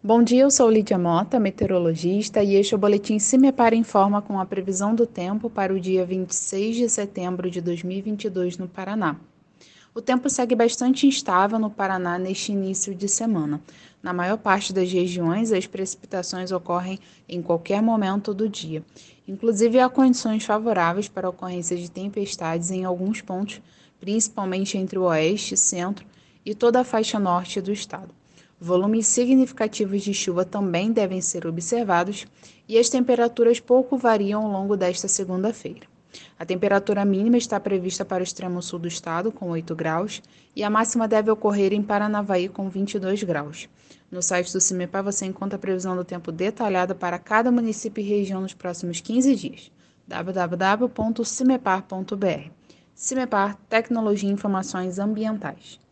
Bom dia, eu sou Lídia Mota, meteorologista, e este é o Boletim Cimepar Informa com a previsão do tempo para o dia 26 de setembro de 2022 no Paraná. O tempo segue bastante instável no Paraná neste início de semana. Na maior parte das regiões, as precipitações ocorrem em qualquer momento do dia. Inclusive, há condições favoráveis para a ocorrência de tempestades em alguns pontos, principalmente entre o oeste, centro e toda a faixa norte do estado. Volumes significativos de chuva também devem ser observados e as temperaturas pouco variam ao longo desta segunda-feira. A temperatura mínima está prevista para o extremo sul do estado, com 8 graus, e a máxima deve ocorrer em Paranavaí, com 22 graus. No site do Cimepar você encontra a previsão do tempo detalhada para cada município e região nos próximos 15 dias. www.cimepar.br. Cimepar, Tecnologia e Informações Ambientais.